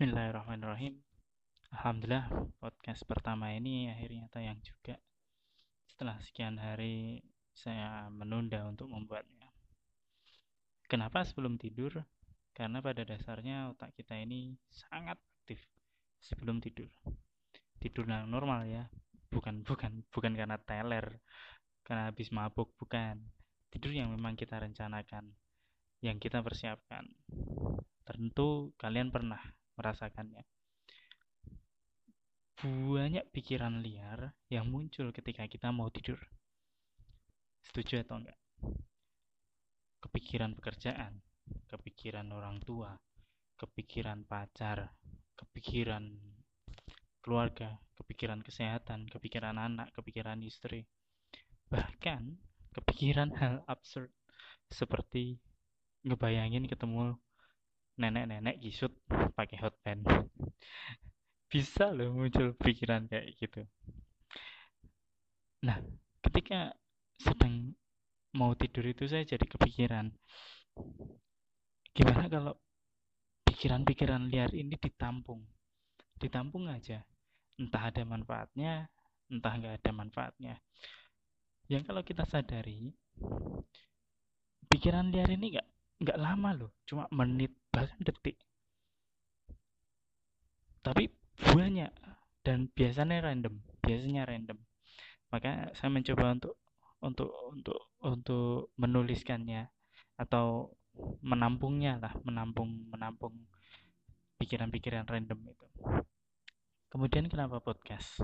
Bismillahirrahmanirrahim. Alhamdulillah, podcast pertama ini akhirnya tayang juga. Setelah sekian hari saya menunda untuk membuatnya. Kenapa sebelum tidur? Karena pada dasarnya otak kita ini sangat aktif sebelum tidur. Tidur yang normal ya, bukan karena teler, karena habis mabuk, bukan. Tidur yang memang kita rencanakan, yang kita persiapkan. Tentu kalian pernah merasakannya. Banyak pikiran liar yang muncul ketika kita mau tidur. Setuju atau enggak? Kepikiran pekerjaan, kepikiran orang tua, kepikiran pacar, kepikiran keluarga, kepikiran kesehatan, kepikiran anak, kepikiran istri. Bahkan kepikiran hal absurd seperti ngebayangin ketemu nenek-nenek gisut pakai hotpan. Bisa loh muncul pikiran kayak gitu. Nah, ketika sedang mau tidur itu saya jadi kepikiran, gimana kalau pikiran-pikiran liar ini ditampung aja, entah ada manfaatnya, entah nggak ada manfaatnya. Yang kalau kita sadari, pikiran liar ini nggak lama loh, cuma menit bahkan detik, tapi banyak dan biasanya random. Maka saya mencoba untuk menuliskannya atau menampung pikiran-pikiran random itu. Kemudian kenapa podcast?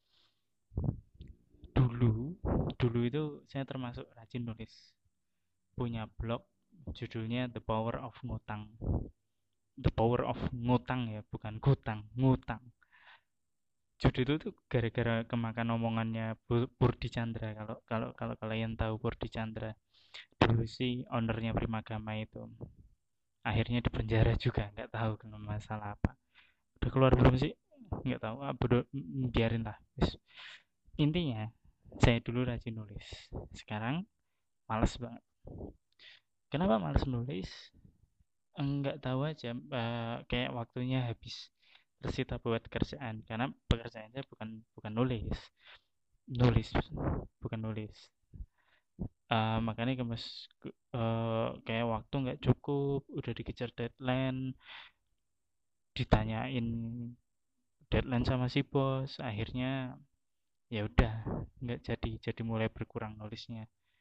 Dulu itu saya termasuk rajin nulis. Punya blog judulnya The Power of Ngutang. The Power of Ngutang ya, bukan gutang, ngutang. Judul itu tuh gara-gara kemakan omongannya Purdi Chandra. Kalau kalian tahu Purdi Chandra, dulu sih ownernya Primagama itu. Akhirnya di penjara juga, nggak tahu kenapa masalah apa. Udah keluar belum sih? Nggak tahu. Biarin lah. Intinya, saya dulu rajin nulis. Sekarang males banget. Kenapa males nulis? Enggak tahu aja. Kayak waktunya habis tersita buat kerjaan. Karena pekerjaan saya bukan nulis. Nulis, bukan nulis. Makanya kayak waktu nggak cukup, udah dikejar deadline, ditanyain deadline sama si bos, akhirnya ya udah nggak jadi mulai berkurang nulisnya.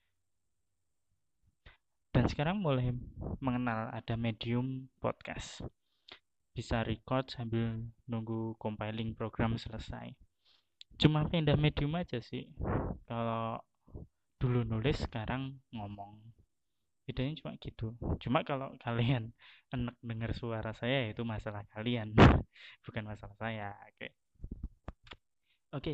Dan sekarang mulai mengenal ada medium podcast, bisa record sambil nunggu compiling program selesai. Cuma pindah medium aja sih. Kalau dulu nulis, sekarang ngomong, bedanya cuma gitu. Cuma kalau kalian enak dengar suara saya, itu masalah kalian bukan masalah saya. Oke,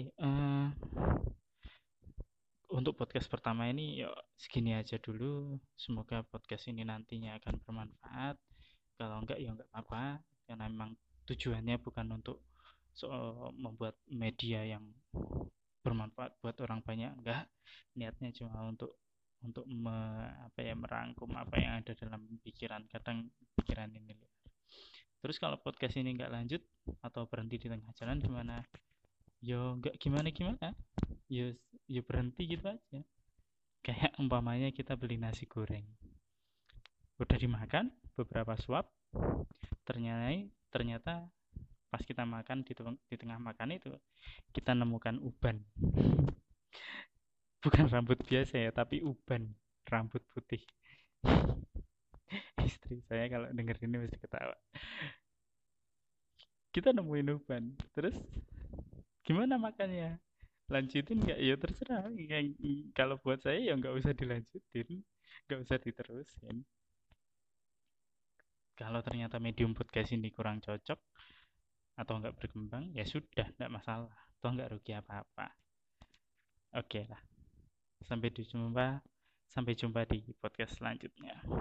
untuk podcast pertama ini yuk segini aja dulu. Semoga podcast ini nantinya akan bermanfaat. Kalau enggak ya enggak apa-apa, karena memang tujuannya bukan untuk membuat media yang bermanfaat buat orang banyak, enggak. Niatnya cuma untuk merangkum apa yang ada dalam pikiran. Kadang pikiran ini liar. Terus kalau podcast ini enggak lanjut atau berhenti di tengah jalan gimana? Yo enggak gimana-gimana. Yo berhenti gitu aja. Kayak umpamanya kita beli nasi goreng, udah dimakan beberapa suap, ternyata pas kita makan di tengah makan itu kita nemukan uban. Bukan rambut biasa ya, tapi uban, rambut putih. Istri saya kalau denger ini mesti ketawa. Kita nemuin uban, terus gimana makannya? Lanjutin nggak? Ya terserah. Kalau buat saya ya nggak usah dilanjutin, nggak usah diterusin. Kalau ternyata medium podcast ini kurang cocok atau nggak berkembang, ya sudah, nggak masalah. Toh nggak rugi apa-apa. Oke lah. Sampai jumpa di podcast selanjutnya.